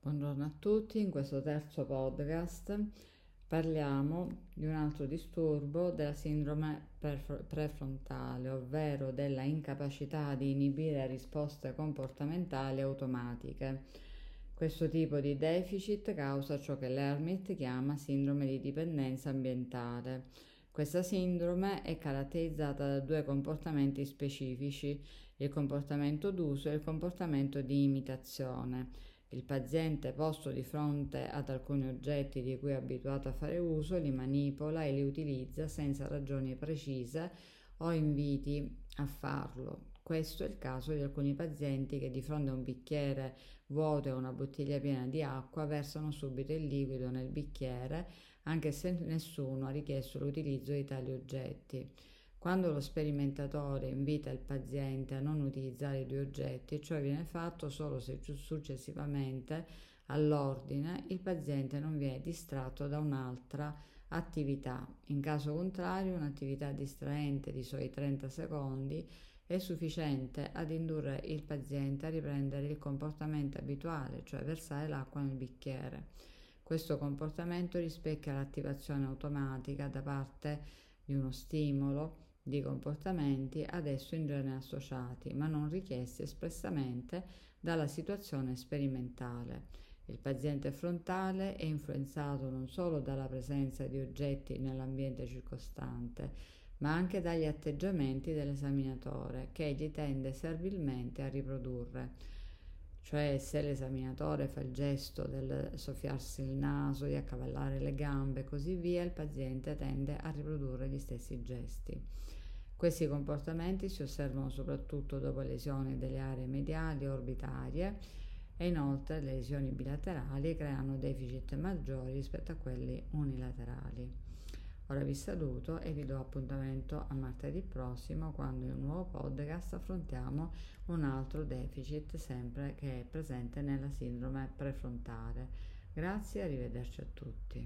Buongiorno a tutti, in questo terzo podcast parliamo di un altro disturbo della sindrome prefrontale, ovvero della incapacità di inibire risposte comportamentali automatiche. Questo tipo di deficit causa ciò che l'Hermit chiama sindrome di dipendenza ambientale. Questa sindrome è caratterizzata da due comportamenti specifici, il comportamento d'uso e il comportamento di imitazione. Il paziente, posto di fronte ad alcuni oggetti di cui è abituato a fare uso, li manipola e li utilizza senza ragioni precise o inviti a farlo. Questo è il caso di alcuni pazienti che di fronte a un bicchiere vuoto e una bottiglia piena di acqua versano subito il liquido nel bicchiere, anche se nessuno ha richiesto l'utilizzo di tali oggetti. Quando lo sperimentatore invita il paziente a non utilizzare i due oggetti, ciò viene fatto solo se successivamente all'ordine il paziente non viene distratto da un'altra attività. In caso contrario, un'attività distraente di soli 30 secondi è sufficiente ad indurre il paziente a riprendere il comportamento abituale, cioè versare l'acqua nel bicchiere. Questo comportamento rispecchia l'attivazione automatica da parte di uno stimolo di comportamenti ad esso in genere associati, ma non richiesti espressamente dalla situazione sperimentale. Il paziente frontale è influenzato non solo dalla presenza di oggetti nell'ambiente circostante, ma anche dagli atteggiamenti dell'esaminatore che egli tende servilmente a riprodurre. Cioè, se l'esaminatore fa il gesto del soffiarsi il naso, di accavallare le gambe e così via, il paziente tende a riprodurre gli stessi gesti. Questi comportamenti si osservano soprattutto dopo lesioni delle aree mediali e orbitarie e inoltre le lesioni bilaterali creano deficit maggiori rispetto a quelli unilaterali. Ora vi saluto e vi do appuntamento a martedì prossimo, quando in un nuovo podcast affrontiamo un altro deficit sempre che è presente nella sindrome prefrontale. Grazie e arrivederci a tutti.